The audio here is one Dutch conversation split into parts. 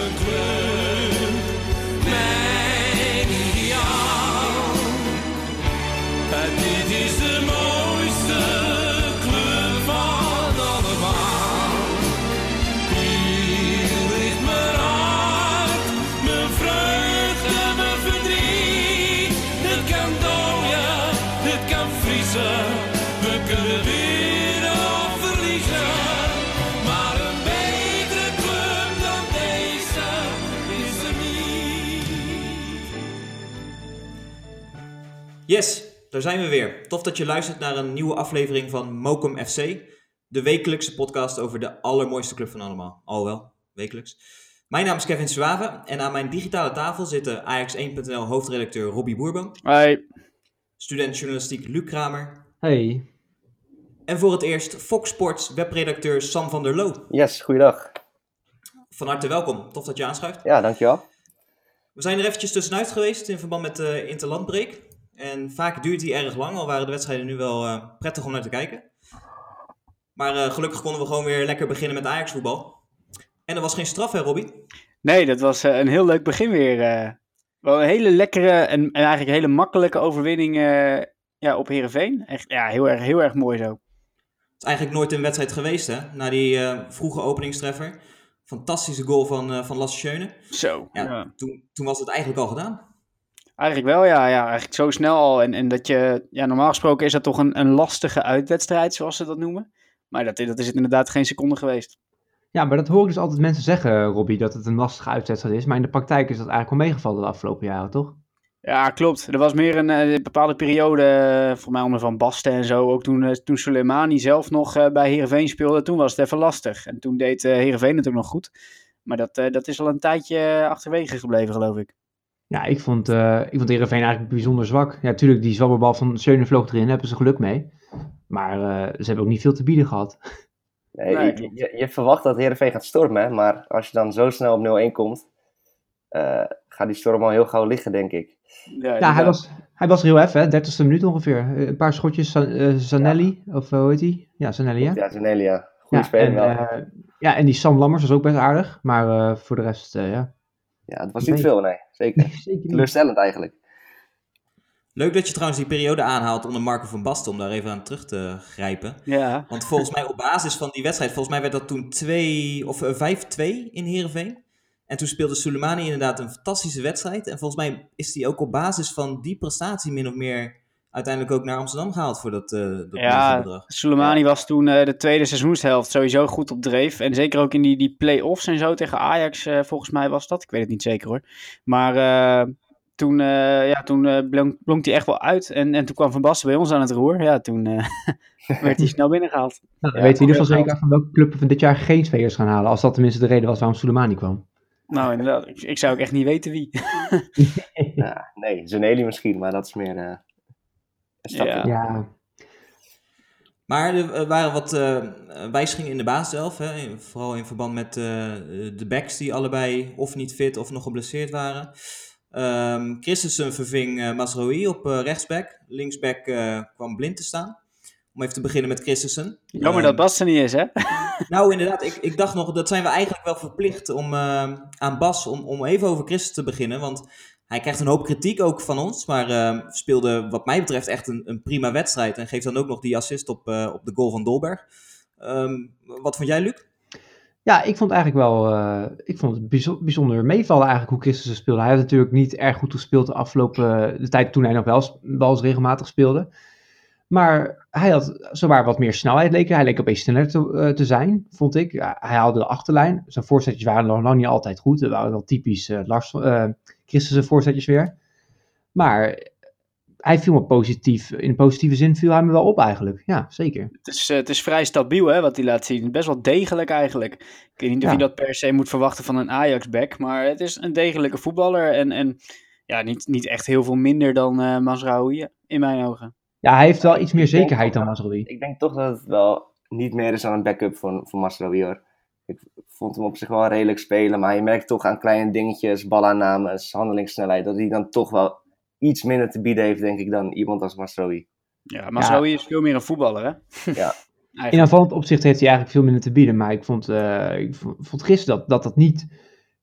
mijn club, mijn ideaal. Dit is de mooiste club van allemaal. Hier ligt mijn hart, mijn vreugde, mijn verdriet. Het kan dooien, het kan vriezen, we kunnen winnen of verliezen. Maar een betere club dan deze is er niet. Yes, daar zijn we weer. Tof dat je luistert naar een nieuwe aflevering van Mokum FC. De wekelijkse podcast over de allermooiste club van allemaal. Alhoewel, wekelijks. Mijn naam is Kevin Suave en aan mijn digitale tafel zitten Ajax1.nl hoofdredacteur Robbie Boerboom. Hoi. Student journalistiek Luc Kramer. Hey. En voor het eerst Fox Sports webredacteur Sam van der Loo. Yes, goeiedag. Van harte welkom. Tof dat je aanschuift. Ja, dankjewel. We zijn er eventjes tussenuit geweest in verband met de interlandbreek. En vaak duurt die erg lang, al waren de wedstrijden nu wel prettig om naar te kijken. Maar gelukkig konden we gewoon weer lekker beginnen met Ajax voetbal. En er was geen straf, hè Robbie? Nee, dat was een heel leuk begin weer. Wel een hele lekkere en eigenlijk een hele makkelijke overwinning op Heerenveen. Echt heel erg mooi zo. Het is eigenlijk nooit een wedstrijd geweest, hè? Na die vroege openingstreffer. Fantastische goal van Lasse Schöne. Zo. Ja. Toen was het eigenlijk al gedaan. Eigenlijk wel, ja. Eigenlijk zo snel al. En dat je, normaal gesproken is dat toch een lastige uitwedstrijd, zoals ze dat noemen. Maar dat is het inderdaad geen seconde geweest. Ja, maar dat hoor ik dus altijd mensen zeggen, Robbie, dat het een lastige uitwedstrijd is. Maar in de praktijk is dat eigenlijk wel meegevallen de afgelopen jaren, toch? Ja, klopt. Er was meer een bepaalde periode, voor mij onder Van Basten en zo. Ook toen Soleimani zelf nog bij Heerenveen speelde, toen was het even lastig. En toen deed Heerenveen het ook nog goed. Maar dat is al een tijdje achterwege gebleven, geloof ik. Ja, ik vond Heerenveen eigenlijk bijzonder zwak. Ja, natuurlijk, die zwabberbal van Schöne vloog erin, daar hebben ze geluk mee. Maar ze hebben ook niet veel te bieden gehad. Nee. Je verwacht dat Heerenveen gaat stormen, maar als je dan zo snel op 0-1 komt, gaat die storm al heel gauw liggen, denk ik. Ja, hij was er heel even, 30e minuut ongeveer. Een paar schotjes, Zanelli, of hoe heet hij? Ja, Zanelli, hè? Ja, Zanelli, ja. Goeie speler wel. En die Sam Lammers was ook best aardig, maar voor de rest, ja. Ja, het was niet veel, nee. Zeker. Teleurstellend eigenlijk. Leuk dat je trouwens die periode aanhaalt onder Marco van Basten, om daar even aan terug te grijpen. Ja. Want volgens mij op basis van die wedstrijd, volgens mij werd dat toen 5-2 in Heerenveen. En toen speelde Soleimani inderdaad een fantastische wedstrijd. En volgens mij is hij ook op basis van die prestatie min of meer uiteindelijk ook naar Amsterdam gehaald voor dat bedrag. Soleimani was toen de tweede seizoenshelft sowieso goed op dreef. En zeker ook in die play-offs en zo tegen Ajax, volgens mij was dat. Ik weet het niet zeker hoor. Maar toen blonk hij echt wel uit. En toen kwam Van Basten bij ons aan het roer. Ja, toen werd hij snel binnengehaald. Nou, dan weten we in ieder geval zeker van welke club van dit jaar geen spelers gaan halen. Als dat tenminste de reden was waarom Soleimani kwam. Nou, inderdaad. Ik zou ook echt niet weten wie. Nee, Zanelli misschien, maar dat is meer een stapje. Ja. Maar er waren wat wijzigingen in de basiself, hè? Vooral in verband met de backs die allebei of niet fit of nog geblesseerd waren. Christensen verving Mazraoui op rechtsback. Linksback kwam Blind te staan. Om even te beginnen met Christensen. Jammer dat Bas er niet is, hè? Nou, inderdaad. Ik dacht nog, dat zijn we eigenlijk wel verplicht aan Bas om even over Christensen te beginnen. Want hij krijgt een hoop kritiek ook van ons. Maar speelde wat mij betreft echt een prima wedstrijd. En geeft dan ook nog die assist op de goal van Dolberg. Wat vond jij, Luc? Ja, ik vond eigenlijk wel, ik vond het bijzonder meevallen eigenlijk hoe Christensen speelde. Hij had natuurlijk niet erg goed gespeeld de tijd toen hij nog wel eens regelmatig speelde. Maar hij had zowaar wat meer snelheid, hij leek opeens sneller te zijn, vond ik. Ja, hij haalde de achterlijn. Zijn voorzetjes waren nog lang niet altijd goed. Het waren wel typisch Christensen voorzetjes weer. Maar hij viel me positief. In positieve zin viel hij me wel op eigenlijk. Ja, zeker. Het is vrij stabiel hè, wat hij laat zien. Best wel degelijk eigenlijk. Ik weet niet of je dat per se moet verwachten van een Ajax-back. Maar het is een degelijke voetballer. En ja, niet echt heel veel minder dan Mazraoui in mijn ogen. Ja, hij heeft wel iets meer zekerheid dan Mazraoui. Ik denk toch dat het wel niet meer is dan een backup voor Mazraoui hoor. Ik vond hem op zich wel redelijk spelen. Maar je merkt toch aan kleine dingetjes, balaannames, handelingssnelheid. Dat hij dan toch wel iets minder te bieden heeft, denk ik, dan iemand als Mazraoui. Ja, Mazraoui is veel meer een voetballer, hè? Ja. In aanvallend opzicht heeft hij eigenlijk veel minder te bieden. Maar ik vond gisteren dat niet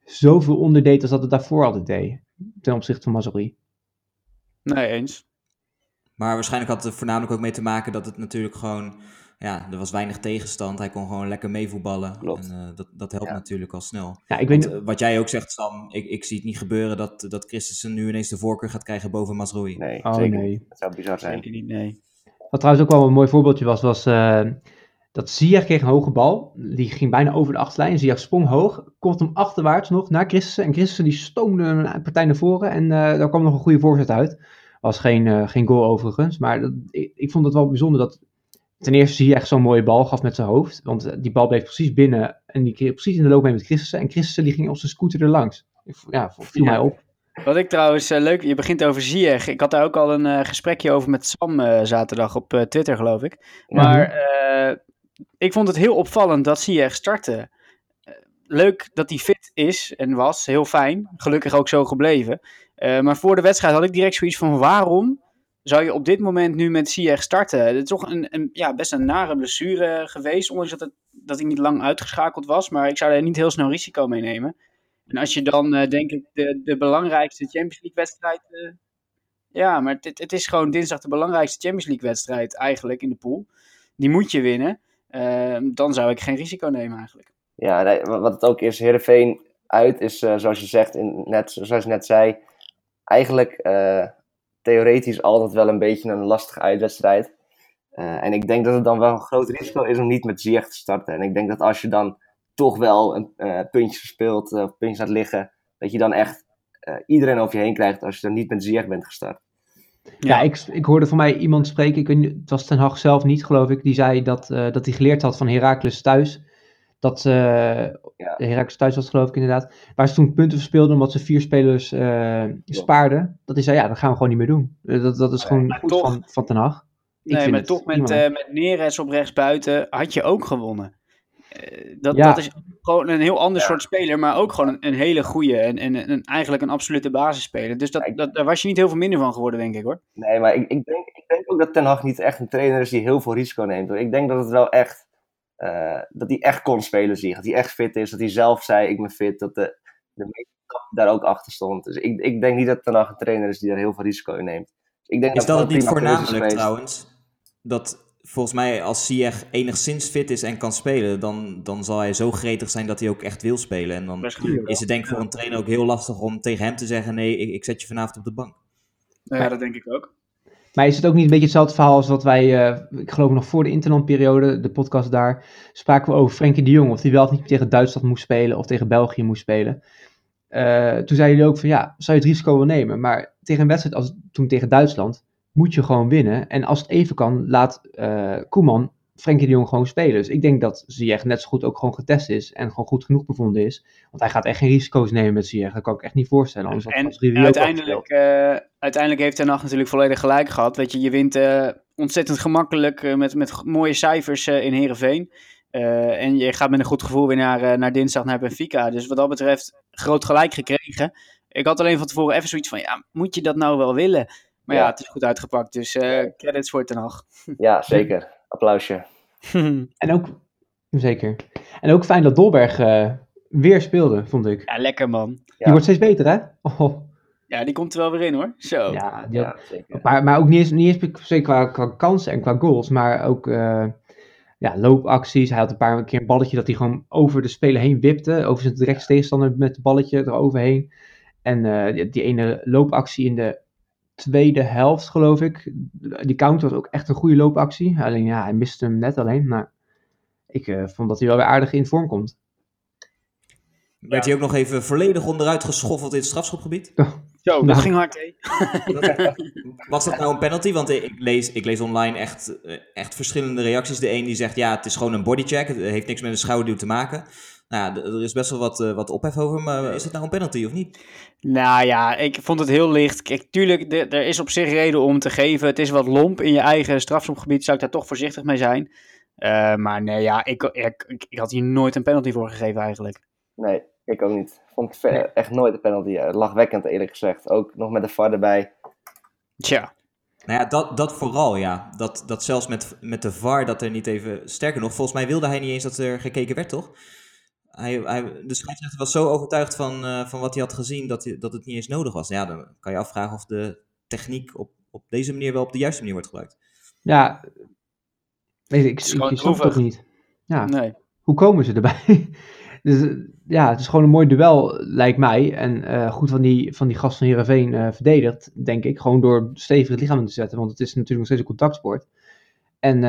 zoveel onderdeed als dat het daarvoor altijd deed. Ten opzichte van Mazraoui. Nee, eens. Maar waarschijnlijk had het er voornamelijk ook mee te maken dat het natuurlijk gewoon... Ja, er was weinig tegenstand. Hij kon gewoon lekker meevoetballen. Klopt. En dat helpt natuurlijk al snel. Ja, ik weet Want, wat jij ook zegt, Sam, ik zie het niet gebeuren dat Christensen nu ineens de voorkeur gaat krijgen boven Mazraoui. Nee, Oh, zeker nee. niet. Dat zou bizar zijn. Zeker niet, nee. Wat trouwens ook wel een mooi voorbeeldje was dat Ziyech kreeg een hoge bal. Die ging bijna over de achterlijn. Ziyech sprong hoog, kopt hem achterwaarts nog naar Christensen. En Christensen die stoomde een partij naar voren. En daar kwam nog een goede voorzet uit. Was geen goal overigens. Maar ik vond het wel bijzonder dat ten eerste Ziyech zo'n mooie bal gaf met zijn hoofd. Want die bal bleef precies binnen. En die kreeg precies in de loop mee met Christensen. En Christensen die ging op zijn scooter er langs. Viel mij op. Wat ik trouwens leuk... Je begint over Ziyech. Ik had daar ook al een gesprekje over met Sam zaterdag op Twitter, geloof ik. Maar ik vond het heel opvallend dat Ziyech startte. Leuk dat hij fit is en was. Heel fijn. Gelukkig ook zo gebleven. Maar voor de wedstrijd had ik direct zoiets van... Waarom zou je op dit moment nu met Ziyech starten? Het is toch best een nare blessure geweest. Ondanks dat hij niet lang uitgeschakeld was. Maar ik zou daar niet heel snel risico mee nemen. En als je dan, denk ik, de belangrijkste Champions League wedstrijd... maar het is gewoon dinsdag de belangrijkste Champions League wedstrijd eigenlijk in de pool. Die moet je winnen. Dan zou ik geen risico nemen eigenlijk. Ja, nee, wat het ook is, Heerenveen uit is, zoals je zegt, zoals je net zei, eigenlijk theoretisch altijd wel een beetje een lastige uitwedstrijd. En ik denk dat het dan wel een groot risico is om niet met Ziyech te starten. En ik denk dat als je dan toch wel een puntje verspeelt, of puntjes laat liggen, dat je dan echt iedereen over je heen krijgt als je dan niet met Ziyech bent gestart. Ja, ik hoorde van mij iemand spreken, ik weet niet, het was Ten Hag zelf niet, geloof ik, die zei dat hij geleerd had van Heracles thuis. Heracles thuis was geloof ik inderdaad, waar ze toen punten verspeelden omdat ze 4 spelers spaarden. Dat hij zei, dat gaan we gewoon niet meer doen. Dat is gewoon goed toch, van Ten Hag. Nee, maar toch met Neres op rechtsbuiten had je ook gewonnen. Dat is gewoon een heel ander soort speler, maar ook gewoon een hele goede en eigenlijk een absolute basisspeler. Dus daar was je niet heel veel minder van geworden, denk ik hoor. Nee, maar ik denk ook dat Ten Hag niet echt een trainer is die heel veel risico neemt. Hoor. Ik denk dat het wel echt, dat hij echt kon spelen, zie je. Dat hij echt fit is, dat hij zelf zei, ik ben fit, dat de meeste daar ook achter stond. Dus ik denk niet dat Ten Hag een trainer is die daar heel veel risico in neemt. Ik denk is dat het niet voornamelijk geweest. trouwens? Dat volgens mij als Ziyech enigszins fit is en kan spelen, dan zal hij zo gretig zijn dat hij ook echt wil spelen. En dan is het denk ik voor een trainer ook heel lastig om tegen hem te zeggen, nee, ik zet je vanavond op de bank. Ja, dat denk ik ook. Maar is het ook niet een beetje hetzelfde verhaal als wat wij, ik geloof nog voor de interlandperiode, de podcast daar, spraken we over Frenkie de Jong, of die wel of niet tegen Duitsland moest spelen of tegen België moest spelen. Toen zeiden jullie ook van zou je het risico wel nemen, maar tegen een wedstrijd als toen tegen Duitsland moet je gewoon winnen. En als het even kan, laat Koeman Frenkie de Jong gewoon spelen. Dus ik denk dat Ziyech net zo goed ook gewoon getest is en gewoon goed genoeg bevonden is. Want hij gaat echt geen risico's nemen met Ziyech. Dat kan ik echt niet voorstellen. Uiteindelijk heeft Ten Hag natuurlijk volledig gelijk gehad. Weet je wint ontzettend gemakkelijk met mooie cijfers in Heerenveen. En je gaat met een goed gevoel weer naar dinsdag naar Benfica. Dus wat dat betreft groot gelijk gekregen. Ik had alleen van tevoren even zoiets van, moet je dat nou wel willen? Maar het is goed uitgepakt, dus credits voor Ten Hag. Ja, zeker. Applausje. En ook fijn dat Dolberg weer speelde, vond ik. Ja, lekker man. Die wordt steeds beter, hè? Oh. Ja, die komt er wel weer in, hoor. Zo. Ja, zeker. Maar ook niet eens qua kansen en qua goals, maar ook loopacties. Hij had een paar keer een balletje dat hij gewoon over de speler heen wipte, over zijn directe tegenstander met het balletje eroverheen. En die ene loopactie in de tweede helft, geloof ik. Die counter was ook echt een goede loopactie. Alleen hij miste hem net alleen. Maar ik vond dat hij wel weer aardig in vorm komt. Werd hij ook nog even volledig onderuit geschoffeld in het strafschopgebied? Zo, dat ging hard, hè? Was dat nou een penalty? Want ik lees online echt verschillende reacties. De een die zegt, het is gewoon een bodycheck. Het heeft niks met een schouderduw te maken. Nou ja, er is best wel wat ophef over, maar is het nou een penalty of niet? Nou ja, ik vond het heel licht. Kijk, tuurlijk, er is op zich reden om te geven. Het is wat lomp in je eigen strafschopgebied, zou ik daar toch voorzichtig mee zijn. Maar nee, ik had hier nooit een penalty voor gegeven eigenlijk. Nee, ik ook niet. Ik vond het echt nooit een penalty. Lachwekkend eerlijk gezegd. Ook nog met de VAR erbij. Tja. Nou ja, dat vooral, ja. Dat zelfs met de VAR dat er niet even... Sterker nog, volgens mij wilde hij niet eens dat er gekeken werd, toch? de scheidsrechter was zo overtuigd van wat hij had gezien dat het niet eens nodig was. Ja, dan kan je afvragen of de techniek op deze manier wel op de juiste manier wordt gebruikt. Ja, weet ik Het is gewoon snap het ook niet. Ja, Nee. hoe komen ze erbij? Dus ja, het is gewoon een mooi duel, lijkt mij. En goed van die gast van Heerenveen verdedigd, denk ik. Gewoon door stevig het lichaam in te zetten, want het is natuurlijk nog steeds een contactsport. En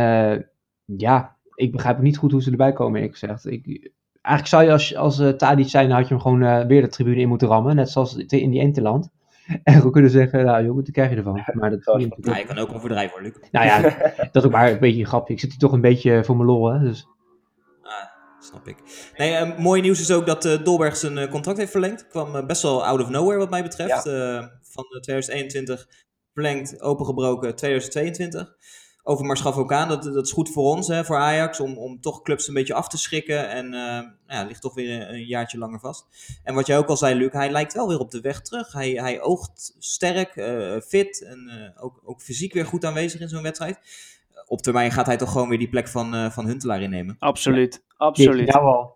ja, ik begrijp ook niet goed hoe ze erbij komen, eerlijk gezegd. Eigenlijk zou je als Tadic zijn, dan had je hem gewoon weer de tribune in moeten rammen. Net zoals in die Enteland. En gewoon kunnen zeggen, nou jongen, wat krijg je ervan? Maar dat Zoals- doe je natuurlijk Ja, je kan ook overdrijven hoor, Luc. nou ja, dat is ook maar een beetje een grapje. Ik zit hier toch een beetje voor mijn lol, hè. Dus Snap ik. Nee, mooi nieuws is ook dat Dolberg zijn contract heeft verlengd. Kwam best wel out of nowhere wat mij betreft. Van 2021 verlengd, opengebroken 2022. Over Marschaf Vulkaan, dat is goed voor ons, hè, voor Ajax, om toch clubs een beetje af te schrikken. En ligt toch weer een jaartje langer vast. En wat jij ook al zei, Luc, hij lijkt wel weer op de weg terug. Hij oogt sterk, fit en ook fysiek weer goed aanwezig in zo'n wedstrijd. Op termijn gaat hij toch gewoon weer die plek van Huntelaar innemen. Absoluut. jou al.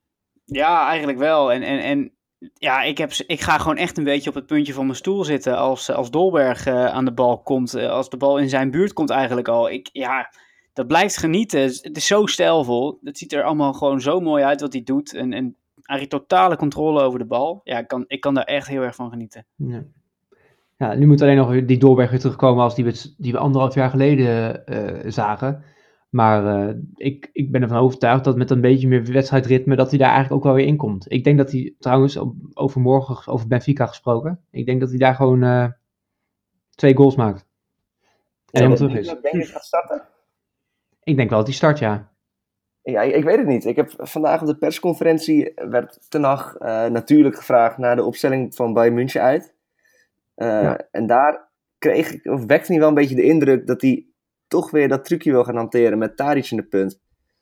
Ja, eigenlijk wel. En ja, ik ga gewoon echt een beetje op het puntje van mijn stoel zitten als Dolberg aan de bal komt. Als de bal in zijn buurt komt eigenlijk al. Dat blijft genieten. Het is zo stijlvol. Het ziet er allemaal gewoon zo mooi uit wat hij doet. En eigenlijk totale controle over de bal. Ja, ik kan daar echt heel erg van genieten. Ja. Ja, nu moet alleen nog die Dolberg weer terugkomen als die we 1,5 jaar geleden zagen. Maar ik ben ervan overtuigd dat met een beetje meer wedstrijdritme dat hij daar eigenlijk ook wel weer in komt. Ik denk dat hij trouwens over Benfica gesproken. Ik denk dat hij daar gewoon 2 goals maakt. En helemaal terug is. Denk je dat gaat starten? Ik denk wel dat hij start, ja. Ja, ik weet het niet. Ik heb vandaag op de persconferentie werd Ten Hag natuurlijk gevraagd naar de opstelling van Bayern München uit. En daar wekte hij wel een beetje de indruk dat hij toch weer dat trucje wil gaan hanteren met Tadic in de punt.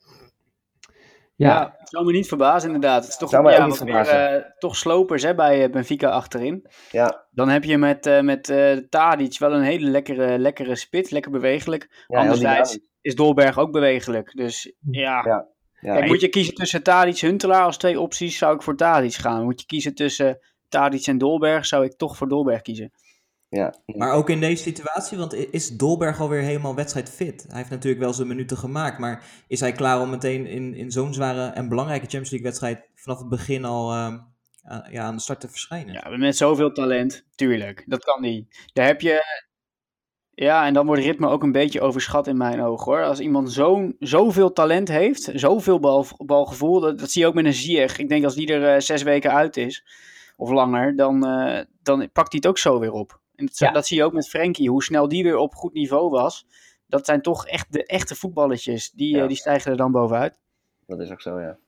Ja, het zou me niet verbazen inderdaad. Het is toch, Zou mij ook niet wat verbazen. weer, toch slopers hè, bij Benfica achterin. Ja, Dan heb je met Tadic wel een hele lekkere spits, lekker bewegelijk. ja, Anderzijds is Dolberg ook bewegelijk. Dus ja. Kijk, moet je kiezen tussen Tadic en Huntelaar als 2 opties, zou ik voor Tadic gaan. Moet je kiezen tussen Tadic en Dolberg, zou ik toch voor Dolberg kiezen. Ja. Maar ook in deze situatie, want is Dolberg alweer helemaal wedstrijdfit? Hij heeft natuurlijk wel zijn minuten gemaakt, maar is hij klaar om meteen in zo'n zware en belangrijke Champions League wedstrijd vanaf het begin al aan de start te verschijnen? Ja, met zoveel talent, tuurlijk. Dat kan niet. Daar heb je... Ja, en dan wordt ritme ook een beetje overschat in mijn ogen, hoor. Als iemand zoveel talent heeft, zoveel balgevoel, dat zie je ook met een Ziyech. Ik denk als die er 6 weken uit is, of langer, dan pakt hij het ook zo weer op. En dat zie je ook met Frenkie, hoe snel die weer op goed niveau was. Dat zijn toch echt de echte voetballetjes, die stijgen er dan bovenuit. Dat is ook zo, ja.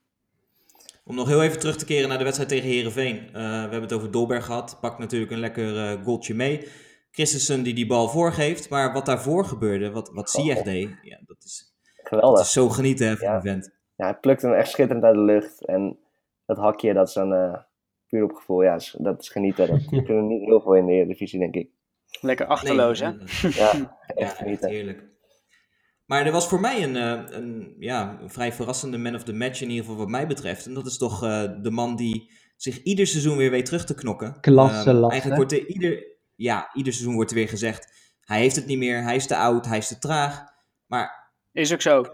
Om nog heel even terug te keren naar de wedstrijd tegen Heerenveen. We hebben het over Dolberg gehad, pakt natuurlijk een lekker goaltje mee. Christensen die bal voorgeeft, maar wat daarvoor gebeurde, wat Ziyech deed, ja, dat Geweldig. is zo genieten hè, van de vent. Ja, hij plukt hem echt schitterend uit de lucht. En dat hakje, dat is dan puur op gevoel. Ja, dat is genieten. Dat kunnen we niet heel veel in de Eredivisie, denk ik. Lekker achterloos, hè? Ja, echt echt genieten. heerlijk. Maar er was voor mij een vrij verrassende man of the match, in ieder geval wat mij betreft. En dat is toch de man die zich ieder seizoen weer weet terug te knokken. Klasse last, eigenlijk wordt ieder seizoen wordt er weer gezegd, hij heeft het niet meer, hij is te oud, hij is te traag. Maar Is ook zo.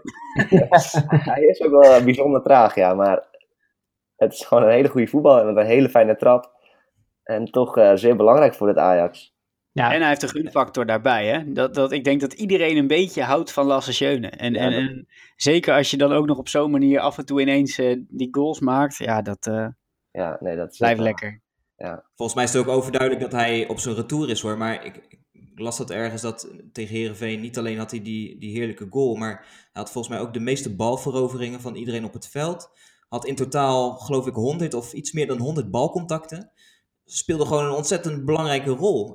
Hij is ook wel bijzonder traag, ja. Maar het is gewoon een hele goede voetballer met een hele fijne trap. En toch zeer belangrijk voor het Ajax. Ja, En hij heeft de gunfactor daarbij, hè. Ik denk dat iedereen een beetje houdt van Lasse Schöne. En zeker als je dan ook nog op zo'n manier af en toe ineens die goals maakt. Ja, dat dat is blijft lekker. Ja. volgens mij is het ook overduidelijk dat hij op zijn retour is hoor. Maar ik las dat ergens dat tegen Heerenveen niet alleen had hij die heerlijke goal. Maar hij had volgens mij ook de meeste balveroveringen van iedereen op het veld. Had in totaal geloof ik 100 of iets meer dan 100 balcontacten. Speelde gewoon een ontzettend belangrijke rol.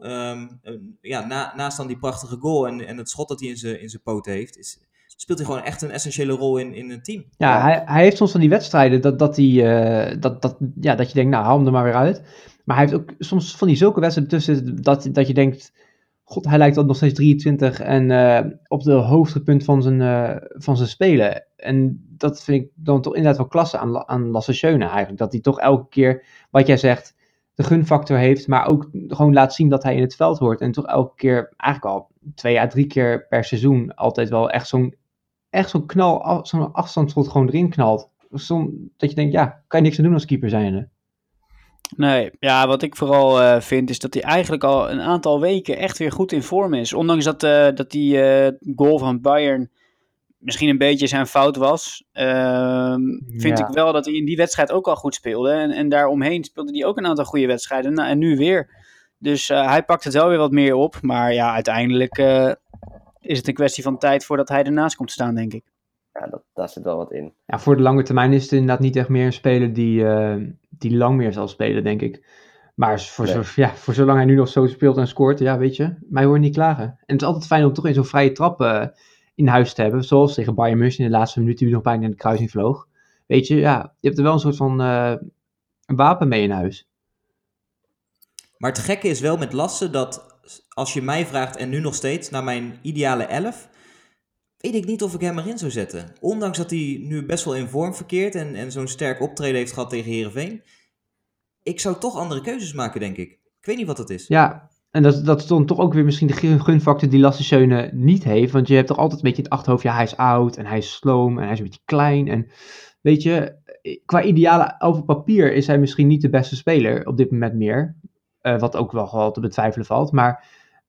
Naast dan die prachtige goal en het schot dat hij in zijn poten heeft, speelt hij gewoon echt een essentiële rol in het team. Ja, hij heeft soms van die wedstrijden dat je denkt, nou haal hem er maar weer uit. Maar hij heeft ook soms van die zulke wedstrijden tussen dat je denkt, God, hij lijkt al nog steeds 23 en op de hoogtepunt van zijn spelen. En dat vind ik dan toch inderdaad wel klasse aan Lasse Schöne eigenlijk. Dat hij toch elke keer, wat jij zegt, de gunfactor heeft, maar ook gewoon laat zien dat hij in het veld hoort. En toch elke keer, eigenlijk al 2 à 3 keer per seizoen, altijd wel echt zo'n knal, zo'n afstandsschot gewoon erin knalt. Dat je denkt, ja, kan je niks aan doen als keeper zijnde. Nee, ja, wat ik vooral vind is dat hij eigenlijk al een aantal weken echt weer goed in vorm is. Ondanks dat die goal van Bayern misschien een beetje zijn fout was, vind ik wel dat hij in die wedstrijd ook al goed speelde. En daaromheen speelde hij ook een aantal goede wedstrijden. En nu weer. Dus hij pakt het wel weer wat meer op. Maar ja, uiteindelijk is het een kwestie van tijd voordat hij ernaast komt staan, denk ik. Ja, daar zit wel wat in. Ja, voor de lange termijn is het inderdaad niet echt meer een speler die lang meer zal spelen, denk ik. Maar voor zolang hij nu nog zo speelt en scoort, ja, weet je, mij hoor je niet klagen. En het is altijd fijn om toch in zo'n vrije trap in huis te hebben, zoals tegen Bayern München in de laatste minuut die nog bijna in de kruising vloog. Weet je, ja, je hebt er wel een soort van een wapen mee in huis. Maar het gekke is wel met Lasse dat als je mij vraagt, en nu nog steeds, naar mijn ideale 11, weet ik niet of ik hem erin zou zetten. Ondanks dat hij nu best wel in vorm verkeert en zo'n sterk optreden heeft gehad tegen Heerenveen. Ik zou toch andere keuzes maken, denk ik. Ik weet niet wat het is. Ja, en dat is dan toch ook weer misschien de gunfactor die Lasse Schöne niet heeft. Want je hebt toch altijd een beetje in het achterhoofd, ja, hij is oud en hij is sloom en hij is een beetje klein. En weet je, qua ideale over papier is hij misschien niet de beste speler op dit moment meer. Wat ook wel te betwijfelen valt. Maar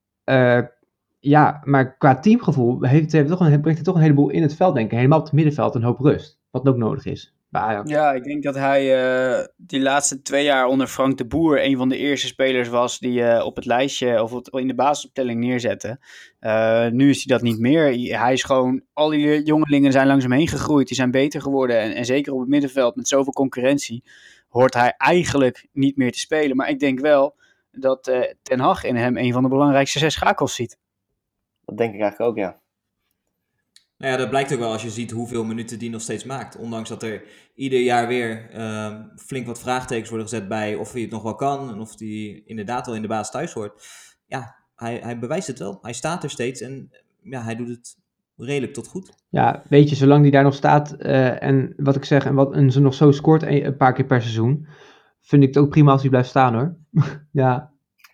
maar qua teamgevoel brengt hij toch een heleboel in het veld, denk ik. Helemaal op het middenveld een hoop rust. Wat ook nodig is. Ja, ik denk dat hij die laatste 2 jaar onder Frank de Boer een van de eerste spelers was die op het lijstje of in de basisopstelling neerzette. Nu is hij dat niet meer. Hij is gewoon, al die jongelingen zijn langs hem heen gegroeid. Die zijn beter geworden. En zeker op het middenveld met zoveel concurrentie hoort hij eigenlijk niet meer te spelen. Maar ik denk wel dat Ten Hag in hem een van de belangrijkste 6 schakels ziet. Dat denk ik eigenlijk ook, ja. Nou ja, dat blijkt ook wel als je ziet hoeveel minuten die nog steeds maakt. Ondanks dat er ieder jaar weer flink wat vraagtekens worden gezet bij of hij het nog wel kan. En of hij inderdaad wel in de baas thuis hoort. Ja, hij bewijst het wel. Hij staat er steeds en ja, hij doet het redelijk tot goed. Ja, weet je, zolang hij daar nog staat en wat ik zeg, en ze nog zo scoort een paar keer per seizoen, vind ik het ook prima als hij blijft staan, hoor. Ja.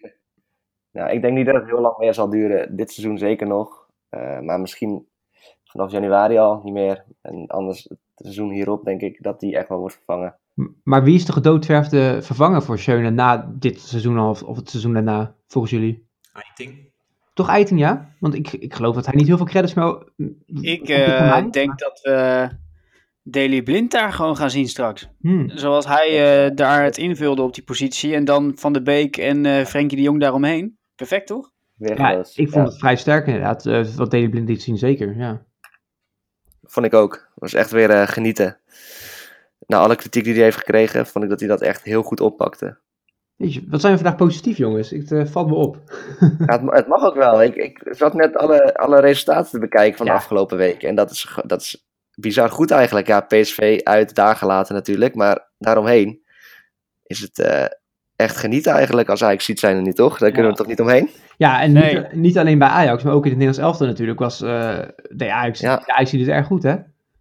Nou, ik denk niet dat het heel lang meer zal duren. Dit seizoen zeker nog. Maar misschien vanaf januari al niet meer. En anders het seizoen hierop denk ik dat die echt wel wordt vervangen. Maar wie is de gedoodverfde vervanger voor Schöne na dit seizoen al of het seizoen daarna, volgens jullie? Eiting. Toch Eiting, ja? Want ik geloof dat hij niet heel veel credits meer... Ik denk dat we Daley Blind daar gewoon gaan zien straks. Zoals hij daar het invulde op die positie. En dan Van de Beek en Frenkie de Jong daaromheen. Perfect, toch? Ja, ik vond het vrij sterk inderdaad. Wat Daley Blind liet zien, zeker, ja. Vond ik ook. Het was echt weer genieten. Na alle kritiek die hij heeft gekregen, vond ik dat hij dat echt heel goed oppakte. Weet je, wat zijn we vandaag positief, jongens? Het valt me op. Ja, het mag ook wel. Ik zat net alle resultaten te bekijken van de afgelopen week. En dat is bizar goed eigenlijk. Ja, PSV uit daar gelaten natuurlijk. Maar daaromheen is het echt genieten eigenlijk. Als Ajax ziet zijn er niet, toch? Daar kunnen we toch niet omheen? Ja, en niet alleen bij Ajax, maar ook in het Nederlands elftal natuurlijk was Ajax ziet het erg goed, hè?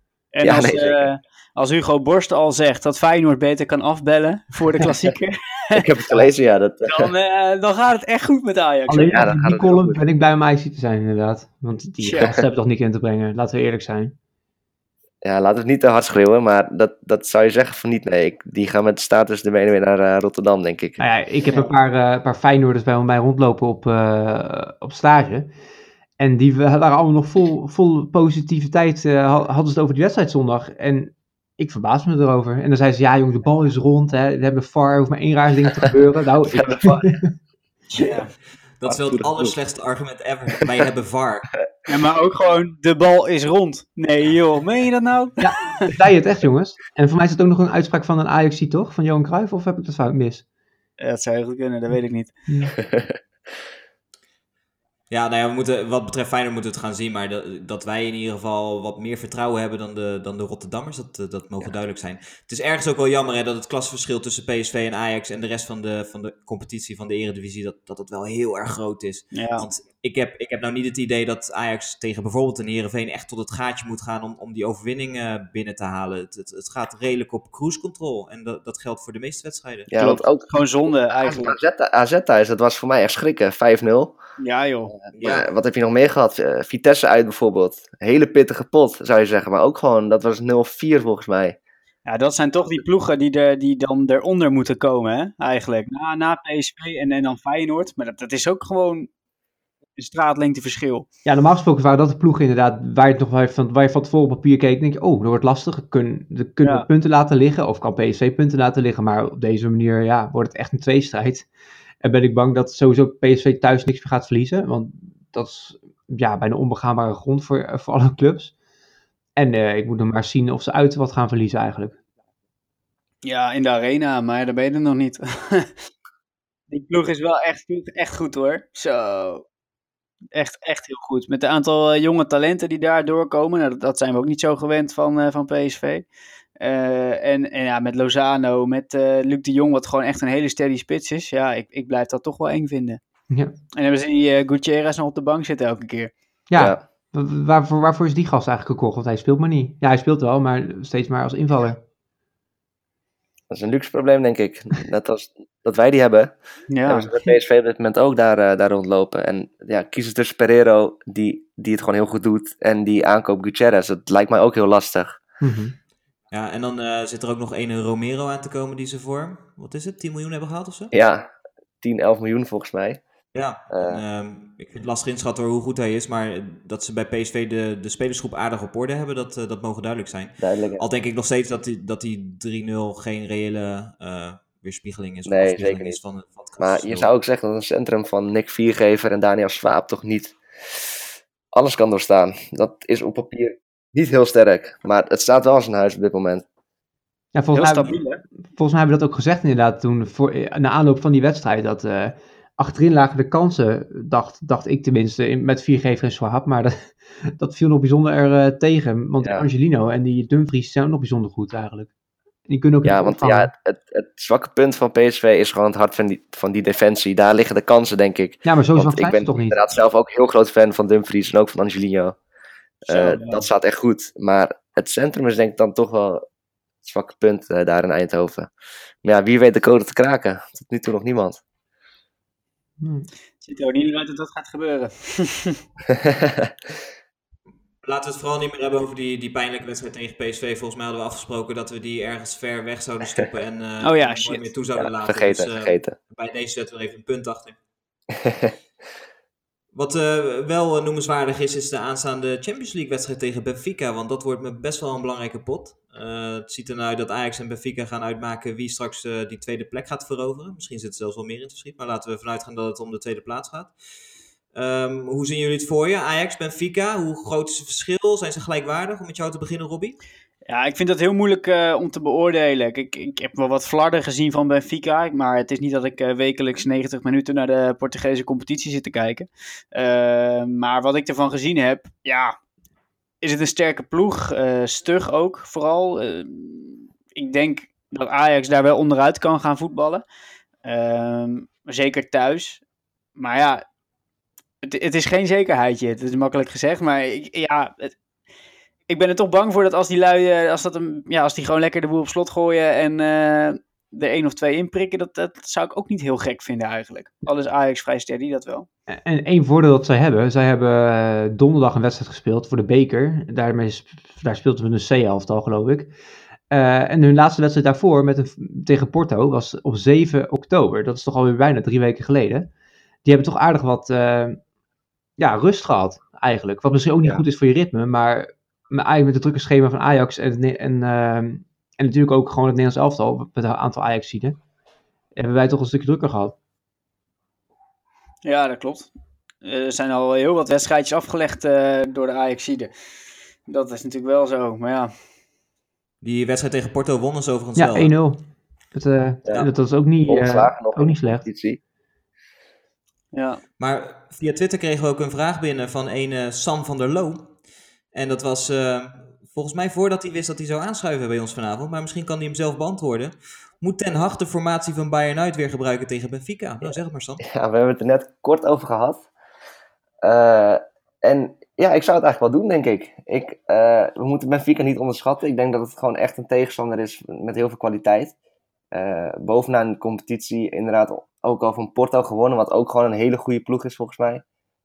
En als Hugo Borst al zegt dat Feyenoord beter kan afbellen voor de klassieker. Ik heb het gelezen, ja. Dan gaat het echt goed met Ajax. Alleen die column ben ik blij om Ajax te zijn, inderdaad. Want die gasten hebben toch niet in te brengen. Laten we eerlijk zijn. Ja, laten we het niet te hard schreeuwen, maar dat zou je zeggen van niet. Nee, die gaan met de status de benen weer naar Rotterdam, denk ik. Nou ja, ik heb een paar Feyenoorders bij mij rondlopen op stage. En die waren allemaal nog vol positiviteit. Hadden ze het over die wedstrijd zondag. En ik verbaas me erover. En dan zei ze, ja jongen, de bal is rond. Hè. We hebben VAR, er hoeft maar 1 raar ding te gebeuren. Nou, dat is wel het allerslechtste argument ever. Wij hebben VAR. Ja, maar ook gewoon, de bal is rond. Nee joh, meen je dat nou? Ja, zei het echt jongens. En voor mij is het ook nog een uitspraak van een Ajax-zie, toch? Van Johan Cruijff, of heb ik dat fout mis? Ja, dat zou heel goed kunnen, dat weet ik niet. Ja, nou ja, wat betreft Feyenoord moeten we het gaan zien. Maar dat wij in ieder geval wat meer vertrouwen hebben dan de Rotterdammers, dat mogen duidelijk zijn. Het is ergens ook wel jammer dat het klassenverschil tussen PSV en Ajax en de rest van de competitie van de Eredivisie, dat het wel heel erg groot is. Ja. Want ik heb nou niet het idee dat Ajax tegen bijvoorbeeld een Heerenveen echt tot het gaatje moet gaan om die overwinning binnen te halen. Het gaat redelijk op cruise control. En dat geldt voor de meeste wedstrijden. Ja, Klopt. want ook Gewoon zonde eigenlijk. AZ thuis, dat was voor mij echt schrikken. 5-0. Ja joh. Ja. Wat heb je nog meer gehad? Vitesse uit bijvoorbeeld. Hele pittige pot, zou je zeggen. Maar ook gewoon, dat was 0-4 volgens mij. Ja, dat zijn toch die ploegen die dan eronder moeten komen, hè? Eigenlijk. Na PSV en dan Feyenoord. Maar dat is ook gewoon een straatlengteverschil. Ja, normaal gesproken waren dat de ploegen inderdaad waar je van tevoren op papier keek en denk je, dat wordt lastig. Er kunnen we punten laten liggen of kan PSV punten laten liggen. Maar op deze manier wordt het echt een tweestrijd. En ben ik bang dat sowieso PSV thuis niks meer gaat verliezen. Want dat is bijna onbegaanbare grond voor alle clubs. En ik moet nog maar zien of ze uit wat gaan verliezen eigenlijk. Ja, in de arena, maar daar ben je er nog niet. Die ploeg is wel echt goed hoor. Zo. Echt heel goed. Met een aantal jonge talenten die daar doorkomen. Nou, dat zijn we ook niet zo gewend van PSV. En met Lozano, met Luc de Jong, wat gewoon echt een hele steady spits is. Ja, ik blijf dat toch wel eng vinden. Ja. En hebben ze die Gutierrez nog op de bank zitten elke keer. Ja. Waarvoor is die gast eigenlijk gekocht? Want hij speelt maar niet. Ja, hij speelt wel, maar steeds maar als invaller. Dat is een luxe probleem, denk ik. Net als dat wij die hebben. Ja. Hebben ze bij PSV op dit moment ook daar rondlopen. En ja, kiezen tussen Pereiro, die het gewoon heel goed doet, en die aankoop Gutierrez. Dat lijkt mij ook heel lastig. Mm-hmm. Ja, en dan zit er ook nog een Romero aan te komen die ze voor, wat is het, 10 miljoen hebben gehaald of zo? Ja, 10, 11 miljoen volgens mij. Ja, ik vind het lastig inschatten hoe goed hij is, maar dat ze bij PSV de spelersgroep aardig op orde hebben, dat mogen duidelijk zijn. Duidelijk. Al denk ik nog steeds dat die 3-0 geen reële weerspiegeling is. Nee, zeker niet. Van het Maar je zou ook zeggen dat een centrum van Nick Viergever en Daniel Swaap toch niet alles kan doorstaan. Dat is op papier niet heel sterk, maar het staat wel als een huis op dit moment. Ja, volgens mij hebben we dat ook gezegd inderdaad toen, na aanloop van die wedstrijd, dat achterin lagen de kansen, dacht ik tenminste, met Viergever en Swaap, maar dat viel nog bijzonder tegen, want Angelino en die Dumfries zijn ook nog bijzonder goed eigenlijk. Die kunnen ook het zwakke punt van PSV is gewoon het hart van die defensie. Daar liggen de kansen, denk ik. Ja, maar zo zwak zijn ze toch niet? Ik ben inderdaad zelf ook heel groot fan van Dumfries en ook van Angelino. Dat staat echt goed. Maar het centrum is denk ik dan toch wel het zwakke punt daar in Eindhoven. Maar ja, wie weet de code te kraken? Tot nu toe nog niemand. Het ziet er ook niet uit dat dat gaat gebeuren. Laten we het vooral niet meer hebben over die pijnlijke wedstrijd tegen PSV. Volgens mij hadden we afgesproken dat we die ergens ver weg zouden stoppen en nooit meer toe zouden laten. Vergeten. Bij deze zetten we er even een punt achter. Wat wel noemenswaardig is de aanstaande Champions League wedstrijd tegen Benfica. Want dat wordt me best wel een belangrijke pot. Het ziet er nou uit dat Ajax en Benfica gaan uitmaken wie straks die tweede plek gaat veroveren. Misschien zit er zelfs wel meer in het verschiet, maar laten we vanuit gaan dat het om de tweede plaats gaat. Hoe zien jullie het voor je? Ajax, Benfica, hoe groot is het verschil? Zijn ze gelijkwaardig? Om met jou te beginnen, Robbie? Ja, ik vind dat heel moeilijk om te beoordelen. Ik heb wel wat flarden gezien van Benfica, maar het is niet dat ik wekelijks 90 minuten naar de Portugese competitie zit te kijken. Maar wat ik ervan gezien heb, is het een sterke ploeg. Stug ook, vooral. Ik denk dat Ajax daar wel onderuit kan gaan voetballen. Zeker thuis. Maar ja, het is geen zekerheidje. Het is makkelijk gezegd, maar ik ben er toch bang voor dat als die lui, als die gewoon lekker de boel op slot gooien en er 1 of 2 inprikken, dat zou ik ook niet heel gek vinden eigenlijk. Al is Ajax vrij steady, dat wel. En één voordeel dat zij hebben donderdag een wedstrijd gespeeld voor de beker. Daar speelden we een C-elftal, geloof ik. En hun laatste wedstrijd daarvoor tegen Porto was op 7 oktober. Dat is toch alweer bijna 3 weken geleden. Die hebben toch aardig wat rust gehad, eigenlijk. Wat misschien ook niet goed is voor je ritme, maar eigenlijk met het drukke schema van Ajax en natuurlijk ook gewoon het Nederlands elftal, met een aantal Ajaxiden, hebben wij toch een stukje drukker gehad. Ja, dat klopt. Er zijn al heel wat wedstrijdjes afgelegd door de Ajaxiden. Dat is natuurlijk wel zo, maar ja. Die wedstrijd tegen Porto wonnen ze overigens wel. Ja, 1-0. Dat is ook niet slecht. Ja. Maar via Twitter kregen we ook een vraag binnen van een Sam van der Loo. En dat was volgens mij voordat hij wist dat hij zou aanschuiven bij ons vanavond. Maar misschien kan hij hem zelf beantwoorden. Moet Ten Hag de formatie van Bayern uit weer gebruiken tegen Benfica? Nou, zeg het maar, Sam. Ja, we hebben het er net kort over gehad. En ja, ik zou het eigenlijk wel doen, denk ik. We moeten Benfica niet onderschatten. Ik denk dat het gewoon echt een tegenstander is met heel veel kwaliteit. Bovenaan de competitie inderdaad ook al van Porto gewonnen, wat ook gewoon een hele goede ploeg is volgens mij.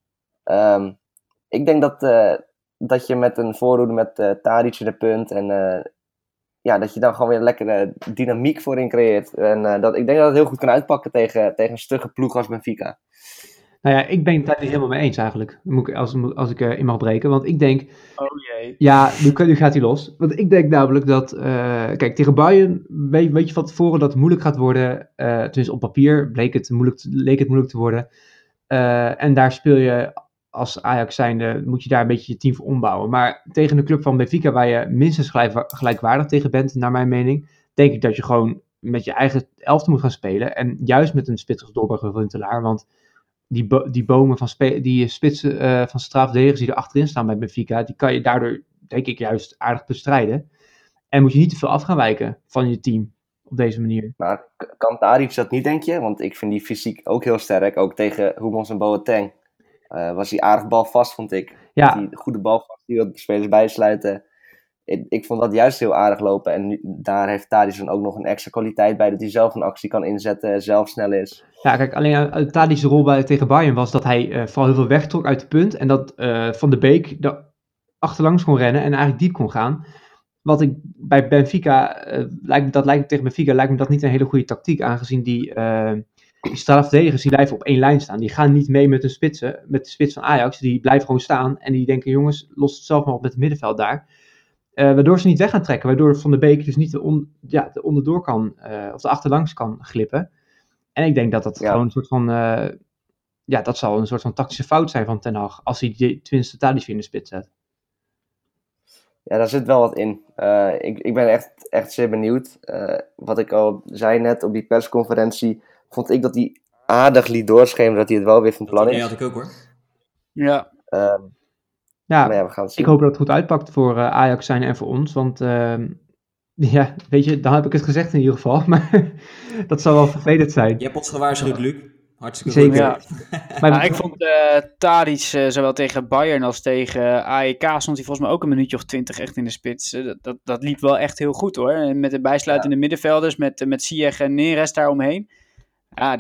Ik denk dat je met een voorhoede met Tadic in de punt en dat je dan gewoon weer lekkere dynamiek voorin creëert. En ik denk dat het heel goed kan uitpakken tegen een stugge ploeg als Benfica. Nou ja, ik ben het daar niet helemaal mee eens eigenlijk. Als ik in mag breken. Want ik denk... Oh jee. Ja, nu gaat hij los. Want ik denk namelijk dat... kijk, tegen Bayern weet je van tevoren dat het moeilijk gaat worden. Tenminste, op papier leek het moeilijk te worden. En daar speel je als Ajax zijnde... moet je daar een beetje je team voor ombouwen. Maar tegen een club van Benfica... waar je minstens gelijkwaardig tegen bent, naar mijn mening... denk ik dat je gewoon met je eigen elfte moet gaan spelen. En juist met een spits als Dolberg of Huntelaar. Want... Die bomen die spitsen van centraal verdedigers die er achterin staan bij Benfica, die kan je daardoor, denk ik, juist aardig bestrijden. En moet je niet te veel af gaan wijken van je team op deze manier. Maar kan Tadic dat niet, denk je? Want ik vind die fysiek ook heel sterk. Ook tegen Hummels en Boateng was hij aardig balvast, vond ik. Ja. Die goede balvast, die wil de spelers bijsluiten. Ik vond dat juist heel aardig lopen. En daar heeft Tadic dan ook nog een extra kwaliteit bij, dat hij zelf een actie kan inzetten, zelf snel is. Ja, kijk, alleen Tadic's rol tegen Bayern was dat hij vooral heel veel wegtrok uit de punt. En dat Van de Beek achterlangs kon rennen en eigenlijk diep kon gaan. Wat ik bij Benfica, tegen Benfica lijkt me dat niet een hele goede tactiek. Aangezien die strafverdedigers die blijven op één lijn staan. Die gaan niet mee met de spits van Ajax. Die blijven gewoon staan en die denken, jongens, los het zelf maar op met het middenveld daar. Waardoor ze niet weg gaan trekken. Waardoor Van de Beek dus niet de onderdoor kan, of de achterlangs kan glippen. En ik denk dat dat gewoon een soort van... dat zal een soort van tactische fout zijn van Ten Hag. Als hij tenminste Tadic in de spits zet. Ja, daar zit wel wat in. Ik ben echt zeer benieuwd. Wat ik al zei net op die persconferentie, vond ik dat hij aardig liet doorschemeren dat hij het wel weer van plan is. Ja, had ik ook hoor. Ja. Maar ja, we gaan het zien. Ik hoop dat het goed uitpakt voor Ajax zijn en voor ons. Want weet je, dan heb ik het gezegd in ieder geval. Maar dat zal wel vervelend zijn. Je hebt ons gewaarschuwd, Luc. Hartstikke Zeker. goed. Ja. Maar Ik vond Tadic, zowel tegen Bayern als tegen AEK, stond hij volgens mij ook een minuutje of 20 echt in de spits. Dat liep wel echt heel goed hoor. En met de bijsluitende middenvelders, met Ziyech en Neres daaromheen. Ja,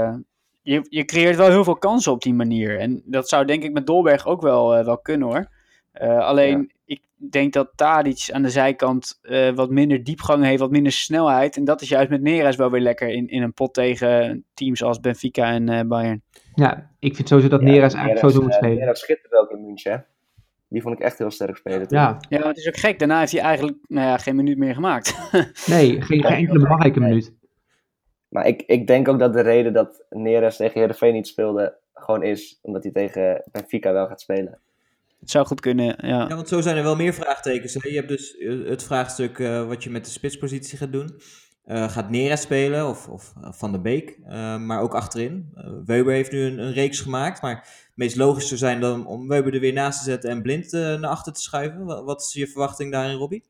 je creëert wel heel veel kansen op die manier. En dat zou denk ik met Dolberg ook wel kunnen hoor. Alleen, ik denk dat Tadic aan de zijkant wat minder diepgang heeft, wat minder snelheid. En dat is juist met Neres wel weer lekker in een pot tegen teams als Benfica en Bayern. Ja, ik vind sowieso dat Neres eigenlijk sowieso moet spelen. Neres schitterde ook in München, hè? Die vond ik echt heel sterk spelen. Ja, maar het is ook gek. Daarna heeft hij eigenlijk geen minuut meer gemaakt. nee, geen enkele belangrijke minuut. Maar ik denk ook dat de reden dat Neres tegen Heerenveen niet speelde, gewoon is omdat hij tegen Benfica wel gaat spelen. Het zou goed kunnen, ja. Ja, want zo zijn er wel meer vraagtekens. Hè? Je hebt dus het vraagstuk wat je met de spitspositie gaat doen. Gaat Neres spelen of Van de Beek, maar ook achterin. Weber heeft nu een reeks gemaakt, maar het meest logisch zou zijn dan om Weber er weer naast te zetten en Blind naar achter te schuiven. Wat is je verwachting daarin, Robbie?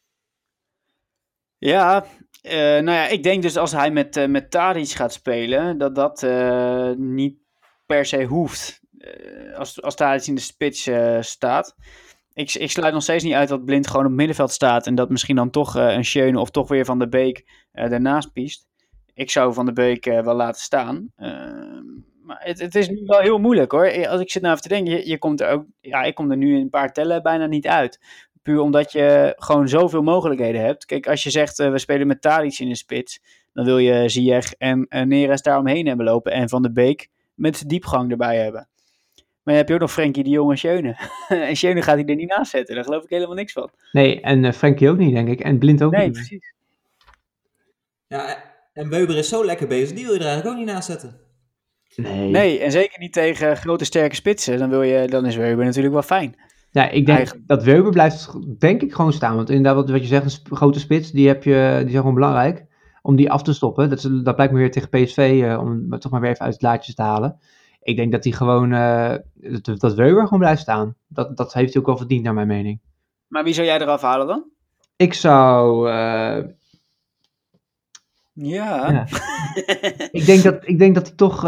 Ja, ik denk dus als hij met Tadic gaat spelen, dat niet per se hoeft. Als Tadic in de spits staat. Ik sluit nog steeds niet uit dat Blind gewoon op middenveld staat en dat misschien dan toch een Schöne of toch weer Van de Beek daarnaast piest. Ik zou Van de Beek wel laten staan. Maar het is nu wel heel moeilijk hoor. Als ik zit nou even te denken, je komt er ook, ik kom er nu in een paar tellen bijna niet uit. Puur omdat je gewoon zoveel mogelijkheden hebt. Kijk, als je zegt we spelen met Tadic in de spits, dan wil je Ziyech en Neres daaromheen hebben lopen en Van de Beek met diepgang erbij hebben. Maar dan heb je ook nog Frenkie de Jong en Schöne. En Schöne gaat hij er niet naast zetten. Daar geloof ik helemaal niks van. Nee, en Frenkie ook niet, denk ik. En Blind ook niet. Nee, precies. Ja, en Weber is zo lekker bezig, die wil je er eigenlijk ook niet naast zetten. Nee, en zeker niet tegen grote sterke spitsen. Dan is Weber natuurlijk wel fijn. Ja, ik denk dat Weber blijft, denk ik, gewoon staan. Want inderdaad, wat je zegt, een grote spits, die zijn gewoon belangrijk. Om die af te stoppen. Dat blijkt me weer tegen PSV, om toch maar weer even uit het laadje te halen. Ik denk dat hij gewoon, dat Wöber gewoon blijft staan. Dat heeft hij ook wel verdiend naar mijn mening. Maar wie zou jij eraf halen dan? Ik zou, Ja. ik denk dat hij toch,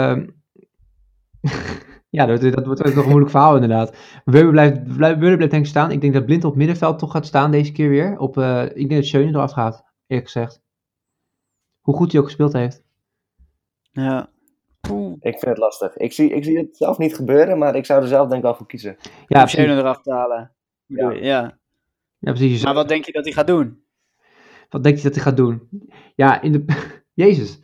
ja, dat wordt nog een moeilijk verhaal inderdaad. Wöber blijft denk ik staan. Ik denk dat Blind op middenveld toch gaat staan deze keer weer. Ik denk dat Schöne eraf gaat, eerlijk gezegd. Hoe goed hij ook gespeeld heeft. Ja. Ik vind het lastig. Ik zie het zelf niet gebeuren, maar ik zou er zelf denk ik wel voor kiezen. Ja, Om Schöne eraf te halen. Ja. Ja. Ja, precies. Maar wat denk je dat hij gaat doen? Wat denk je dat hij gaat doen? Ja, Jezus.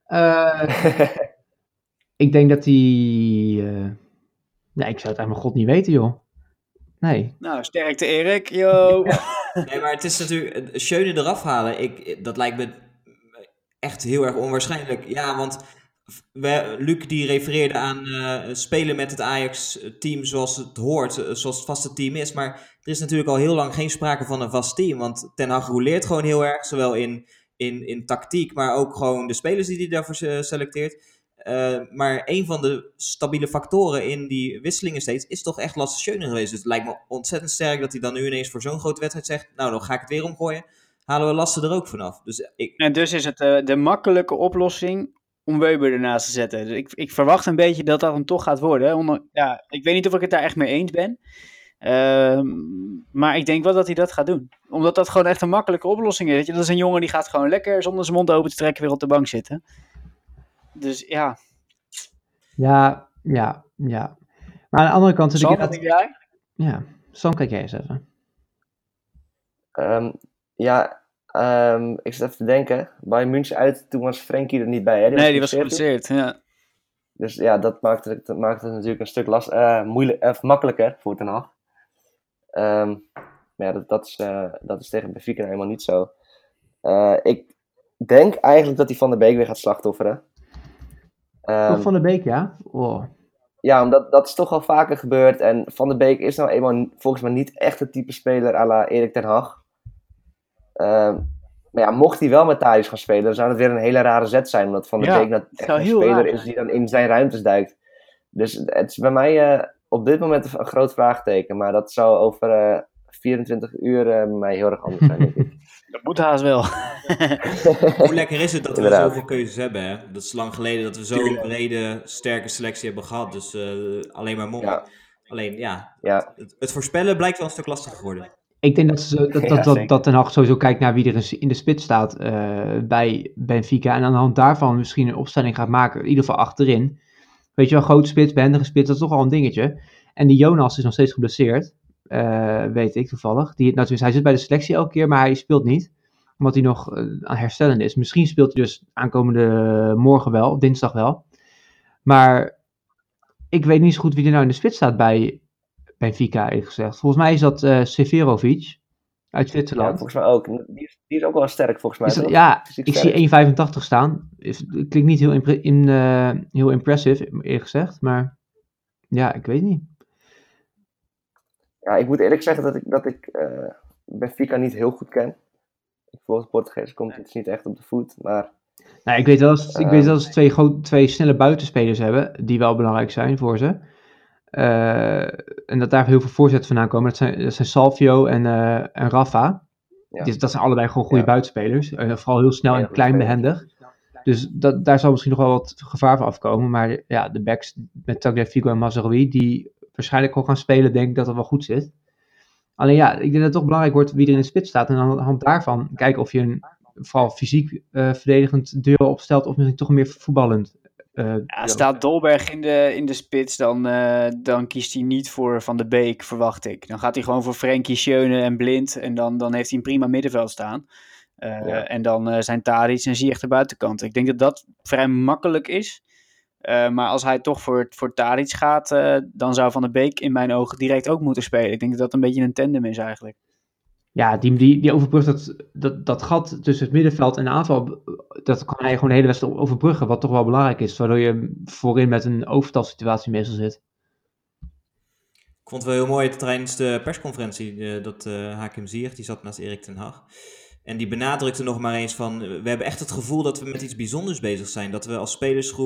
Ik denk dat hij... Ja, ik zou het aan mijn god niet weten, joh. Nee. Nou, sterkte Erik. Yo. Nee, maar het is natuurlijk... Schöne eraf halen, dat lijkt me echt heel erg onwaarschijnlijk. Ja, want Luc die refereerde aan spelen met het Ajax-team zoals het hoort, zoals het vaste team is. Maar er is natuurlijk al heel lang geen sprake van een vast team. Want Ten Hag roleert gewoon heel erg, zowel in tactiek, maar ook gewoon de spelers die hij daarvoor selecteert. Maar een van de stabiele factoren in die wisselingen steeds is toch echt Lasse Schöne geweest. Dus het lijkt me ontzettend sterk dat hij dan nu ineens voor zo'n grote wedstrijd zegt, nou dan ga ik het weer omgooien. Halen we Lasse er ook vanaf. En dus is het de makkelijke oplossing om Wöber ernaast te zetten. Dus ik verwacht een beetje dat dat hem toch gaat worden. Ja, ik weet niet of ik het daar echt mee eens ben. Maar ik denk wel dat hij dat gaat doen. Omdat dat gewoon echt een makkelijke oplossing is. Dat is een jongen die gaat gewoon lekker zonder zijn mond open te trekken weer op de bank zitten. Dus ja. Ja. Maar aan de andere kant... Sam, wat denk jij? Ja, Sam, kijk jij eens even. Ik zit even te denken. Bayern München uit, toen was Frenkie er niet bij. Hè? Die was geblesseerd. Ja. Dus ja, dat maakt het natuurlijk een stuk makkelijker voor Ten Hag. Maar ja, dat is tegen Benfica helemaal niet zo. Ik denk eigenlijk dat hij Van der Beek weer gaat slachtofferen. Van der Beek, ja? Oh. Ja, omdat dat is toch al vaker gebeurd. En Van der Beek is nou eenmaal volgens mij niet echt het type speler à la Erik ten Hag. Maar ja, mocht hij wel met Tadic gaan spelen, dan zou het weer een hele rare zet zijn. Omdat Van der Beek echt een speler is die dan in zijn ruimtes duikt. Dus het is bij mij op dit moment een groot vraagteken. Maar dat zou over 24 uur bij mij heel erg anders zijn, denk ik. Dat moet haast wel. Hoe lekker is het dat we zoveel keuzes hebben, hè? Dat is lang geleden dat we zo'n brede, sterke selectie hebben gehad. Dus alleen maar mooi. Ja. Alleen, het voorspellen blijkt wel een stuk lastiger geworden. Ik denk dat Ten Hag sowieso kijkt naar wie er in de spits staat bij Benfica. En aan de hand daarvan misschien een opstelling gaat maken. In ieder geval achterin. Weet je wel, grote spits, behendige spits, dat is toch al een dingetje. En die Jonas is nog steeds geblesseerd. Weet ik toevallig. Hij zit bij de selectie elke keer, maar hij speelt niet. Omdat hij nog aan herstellen is. Misschien speelt hij dus aankomende morgen wel, dinsdag wel. Maar ik weet niet zo goed wie er nou in de spits staat bij Benfica, eerlijk gezegd. Volgens mij is dat Seferovic uit Zwitserland. Ja, volgens mij ook. Die is ook wel sterk, volgens mij. Ik zie 1,85 staan. Klinkt niet heel impressive, eerlijk gezegd. Maar ja, ik weet niet. Ja, ik moet eerlijk zeggen dat ik Benfica niet heel goed ken. Volgens de Portugees komt het niet echt op de voet, maar... Nou, ik weet wel dat ze twee snelle buitenspelers hebben, die wel belangrijk zijn voor ze. En dat daar heel veel voorzetten vandaan komen. Dat zijn Salvio en Rafa. Ja. Dat zijn allebei gewoon goede buitenspelers. Vooral heel snel en klein behendig. Dus daar zal misschien nog wel wat gevaar van afkomen. Maar ja, de backs met Tagliafico en Mazraoui, die waarschijnlijk ook gaan spelen, denk ik dat het wel goed zit. Alleen ja, ik denk dat het toch belangrijk wordt wie er in de spits staat. En aan de hand daarvan kijken of je een vooral fysiek verdedigend duo opstelt of misschien toch meer voetballend. Staat Dolberg in de spits, dan kiest hij niet voor Van der Beek, verwacht ik. Dan gaat hij gewoon voor Frenkie, Schöne en Blind. En dan heeft hij een prima middenveld staan. En dan zijn Tadic en Ziyech de buitenkant. Ik denk dat dat vrij makkelijk is. Maar als hij toch voor Tadic gaat, dan zou Van der Beek in mijn ogen direct ook moeten spelen. Ik denk dat dat een beetje een tandem is eigenlijk. Ja, die overbrugt dat gat tussen het middenveld en de aanval, dat kan hij gewoon de hele wedstrijd overbruggen, wat toch wel belangrijk is, waardoor je voorin met een overtalsituatie meestal zit. Ik vond het wel heel mooi tijdens de persconferentie dat Hakim Ziyech, die zat naast Erik ten Hag. En die benadrukte nog maar eens van, we hebben echt het gevoel dat we met iets bijzonders bezig zijn. Dat we als spelersgroep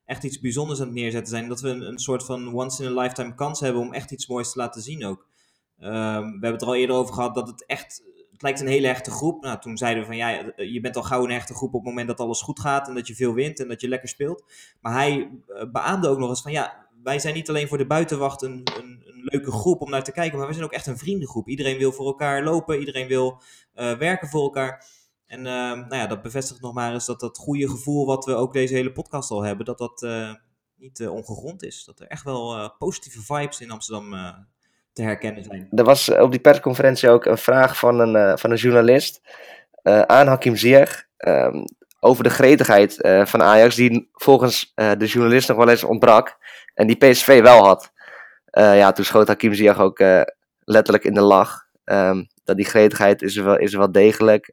echt iets bijzonders aan het neerzetten zijn. Dat we een soort van once-in-a-lifetime kans hebben om echt iets moois te laten zien ook. We hebben het er al eerder over gehad dat het lijkt een hele hechte groep. Nou, toen zeiden we van je bent al gauw een hechte groep op het moment dat alles goed gaat en dat je veel wint en dat je lekker speelt. Maar hij beaamde ook nog eens van wij zijn niet alleen voor de buitenwacht een leuke groep om naar te kijken, maar we zijn ook echt een vriendengroep. Iedereen wil voor elkaar lopen, iedereen wil werken voor elkaar. En dat bevestigt nog maar eens dat goede gevoel wat we ook deze hele podcast al hebben, dat niet ongegrond is. Dat er echt wel positieve vibes in Amsterdam te herkennen zijn. Er was op die persconferentie ook een vraag van een journalist aan Hakim Ziyech over de gretigheid van Ajax, die volgens de journalist nog wel eens ontbrak en die PSV wel had. Toen schoot Hakim Ziyech ook letterlijk in de lach. Dat die gretigheid is er wel degelijk.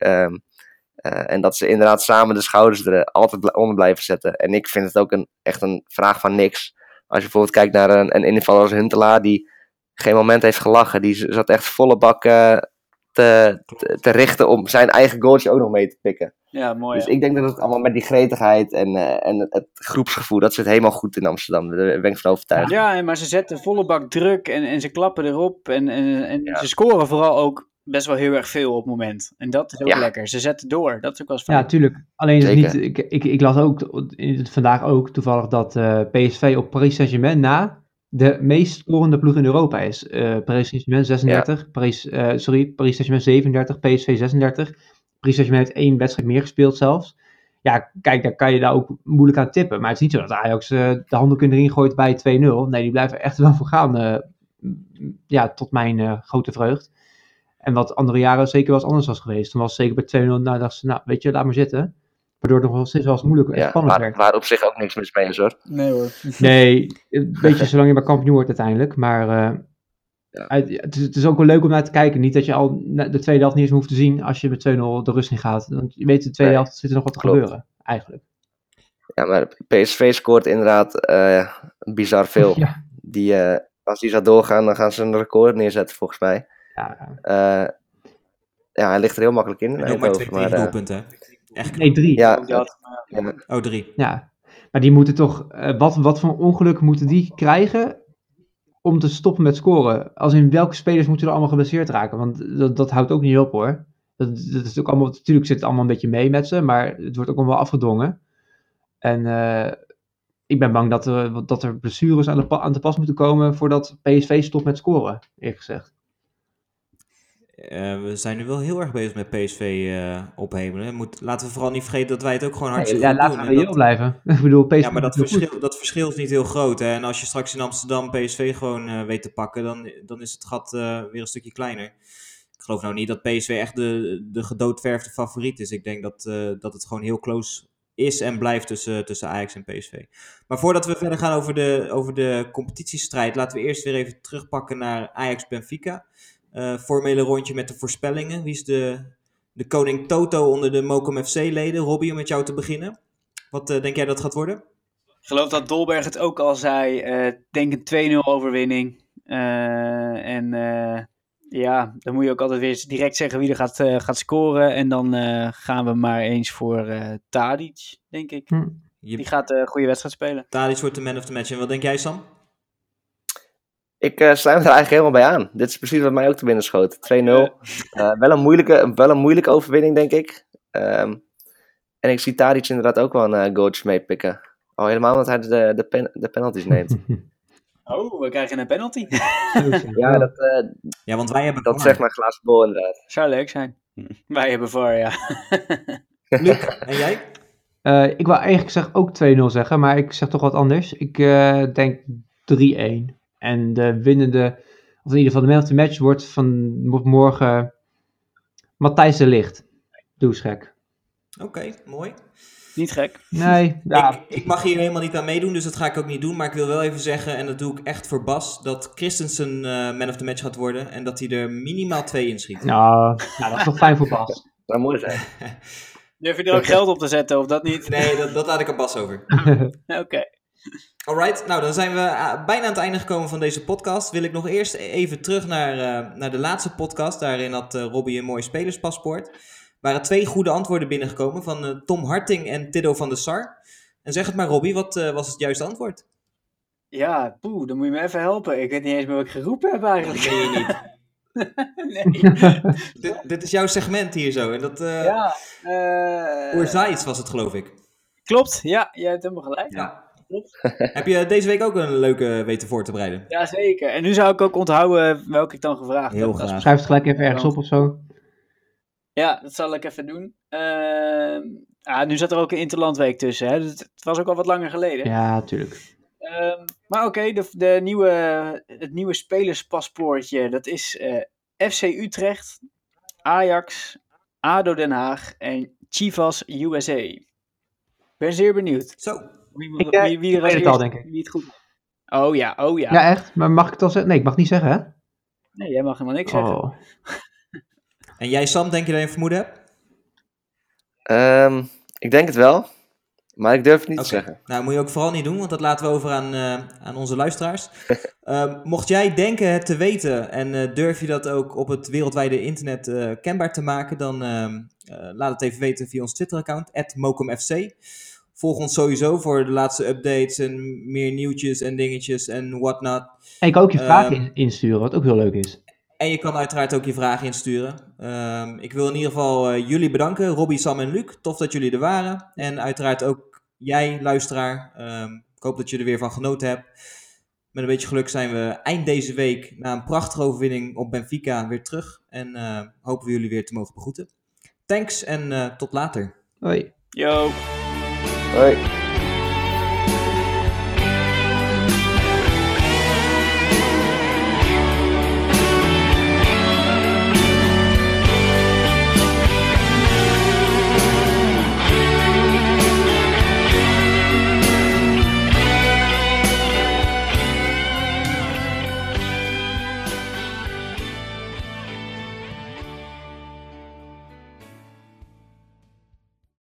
En dat ze inderdaad samen de schouders er altijd onder blijven zetten. En ik vind het ook echt een vraag van niks. Als je bijvoorbeeld kijkt naar een invaller als Huntelaar, die geen moment heeft gelachen. Die zat echt volle bak te richten om zijn eigen goaltje ook nog mee te pikken. Ja, mooi. Dus ik denk dat het allemaal met die gretigheid en het groepsgevoel, dat zit helemaal goed in Amsterdam. Daar ben ik van overtuigd. Ja, maar ze zetten volle bak druk en ze klappen erop. En ze scoren vooral ook best wel heel erg veel op het moment. En dat is ook lekker. Ze zetten door. Dat is ook wel eens fijn. Ja, tuurlijk. Alleen is het niet... Ik las ook vandaag ook toevallig dat PSV op Paris Saint-Germain na de meest scorende ploeg in Europa is. Paris Saint-Germain 36, Paris Saint-Germain 37, PSV 36. Paris Saint-Germain heeft 1 wedstrijd meer gespeeld zelfs. Ja, kijk, daar kan je daar ook moeilijk aan tippen. Maar het is niet zo dat Ajax de handdoek erin gooit bij 2-0. Nee, die blijven echt wel voor gaan. Tot mijn grote vreugd. En wat andere jaren zeker wel eens anders was geweest. Toen was het zeker bij 2-0, nou dacht ze, weet je, laat maar zitten. Waardoor het nog wel steeds wel eens moeilijk en spannend werd. Waar op zich ook niks mis mee is, hoor. Nee hoor. Nee, een beetje zolang je maar kampioen wordt uiteindelijk. Maar het is ook wel leuk om naar te kijken. Niet dat je al de tweede helft niet eens hoeft te zien als je met 2-0 de rust in gaat. Want je weet, de tweede helft zit er nog wat te gebeuren, eigenlijk. Ja, maar PSV scoort inderdaad bizar veel. Ja. Als die zou doorgaan, dan gaan ze een record neerzetten, volgens mij. Hij ligt er heel makkelijk in. En ook maar 2 doelpunten. Echt? Nee, 3. Ja. 3. Ja, maar die moeten toch... Wat voor ongeluk moeten die krijgen om te stoppen met scoren? Als in welke spelers moeten er allemaal geblesseerd raken? Want dat houdt ook niet op, hoor. Dat is ook allemaal... Natuurlijk zit het allemaal een beetje mee met ze, maar het wordt ook allemaal afgedwongen. En ik ben bang dat er blessures aan te pas moeten komen voordat PSV stopt met scoren, eerlijk gezegd. We zijn nu wel heel erg bezig met PSV ophemelen. Laten we vooral niet vergeten dat wij het ook gewoon hartstikke goed doen. Ja, laten we reëel blijven. Ik bedoel, PSV maar dat verschil is niet heel groot. Hè? En als je straks in Amsterdam PSV gewoon weet te pakken, dan is het gat weer een stukje kleiner. Ik geloof nou niet dat PSV echt de gedoodverfde favoriet is. Ik denk dat het gewoon heel close is en blijft tussen Ajax en PSV. Maar voordat we verder gaan over de competitiestrijd, laten we eerst weer even terugpakken naar Ajax-Benfica. Formele rondje met de voorspellingen. Wie is de koning Toto onder de Mokum FC-leden? Robbie, om met jou te beginnen. Wat denk jij dat gaat worden? Ik geloof dat Dolberg het ook al zei. Denk een 2-0 overwinning. Dan moet je ook altijd weer direct zeggen wie er gaat scoren. En dan gaan we maar eens voor Tadic, denk ik. Die gaat een goede wedstrijd spelen. Tadic wordt de man of the match. En wat denk jij, Sam? Ik sluit me er eigenlijk helemaal bij aan. Dit is precies wat mij ook te binnen schoot. 2-0. Wel een moeilijke overwinning, denk ik. En ik zie Tadic inderdaad ook wel een goaltje meepikken. Al helemaal omdat hij de penalties neemt. Oh, we krijgen een penalty. Want wij hebben dat zegt maar glazen bol inderdaad. Zou leuk zijn. Wij hebben VAR, ja. Luc, en jij? Ik wil eigenlijk ook 2-0 zeggen, maar ik zeg toch wat anders. Ik denk 3-1. En de winnende, of in ieder geval de man of the match, wordt morgen Matthijs de Ligt. Doe eens gek. Oké, mooi. Niet gek. Nee. Ja. Ik mag hier helemaal niet aan meedoen, dus dat ga ik ook niet doen. Maar ik wil wel even zeggen, en dat doe ik echt voor Bas, dat Christensen man of the match gaat worden. En dat hij er minimaal 2 inschiet. Nou, dat is toch fijn voor Bas. Dat zou mooi zijn. Durf je er ook geld op te zetten, of dat niet? Nee, dat laat ik aan Bas over. Oké. Alright, nou dan zijn we bijna aan het einde gekomen van deze podcast. Wil ik nog eerst even terug naar de laatste podcast. Daarin had Robbie een mooi spelerspaspoort. Er waren 2 goede antwoorden binnengekomen van Tom Harting en Tiddo van der Sar. En zeg het maar, Robbie, wat was het juiste antwoord? Ja, dan moet je me even helpen. Ik weet niet eens meer wat ik geroepen heb eigenlijk. Nee, niet. Nee. Dit is jouw segment hier zo. En dat, Ja. Oerzaids was het, geloof ik. Klopt, ja, jij hebt helemaal gelijk. Ja. Klopt. Heb je deze week ook een leuke weten voor te bereiden? Jazeker. En nu zou ik ook onthouden welke ik dan gevraagd Heel heb. graag. Schrijf het gelijk even ergens op of zo. Ja, dat zal ik even doen. Nu zat er ook een Interlandweek tussen. Hè? Dus het was ook al wat langer geleden. Ja, tuurlijk. Maar oké, het nieuwe spelerspaspoortje, dat is FC Utrecht, Ajax, ADO Den Haag en Chivas USA. Ik ben zeer benieuwd. Zo. Wie Ik er weet als het al, eerste- denk ik. Wie het goed. Oh ja. Ja, echt? Maar mag ik het al zeggen? Nee, ik mag niet zeggen, hè? Nee, jij mag helemaal niks zeggen. Oh. En jij, Sam, denk je dat je een vermoeden hebt? Ik denk het wel. Maar ik durf het niet Oké. te zeggen. Nou, moet je ook vooral niet doen, want dat laten we over aan onze luisteraars. Mocht jij denken het te weten en durf je dat ook op het wereldwijde internet kenbaar te maken, dan laat het even weten via ons Twitter-account, @mokumfc. Volg ons sowieso voor de laatste updates en meer nieuwtjes en dingetjes en whatnot. En je kan ook je vragen insturen, wat ook heel leuk is. En je kan uiteraard ook je vragen insturen. Ik wil in ieder geval jullie bedanken, Robbie, Sam en Luc. Tof dat jullie er waren. En uiteraard ook jij, luisteraar. Ik hoop dat je er weer van genoten hebt. Met een beetje geluk zijn we eind deze week na een prachtige overwinning op Benfica weer terug. En hopen we jullie weer te mogen begroeten. Thanks en tot later. Hoi. Yo. Hoi.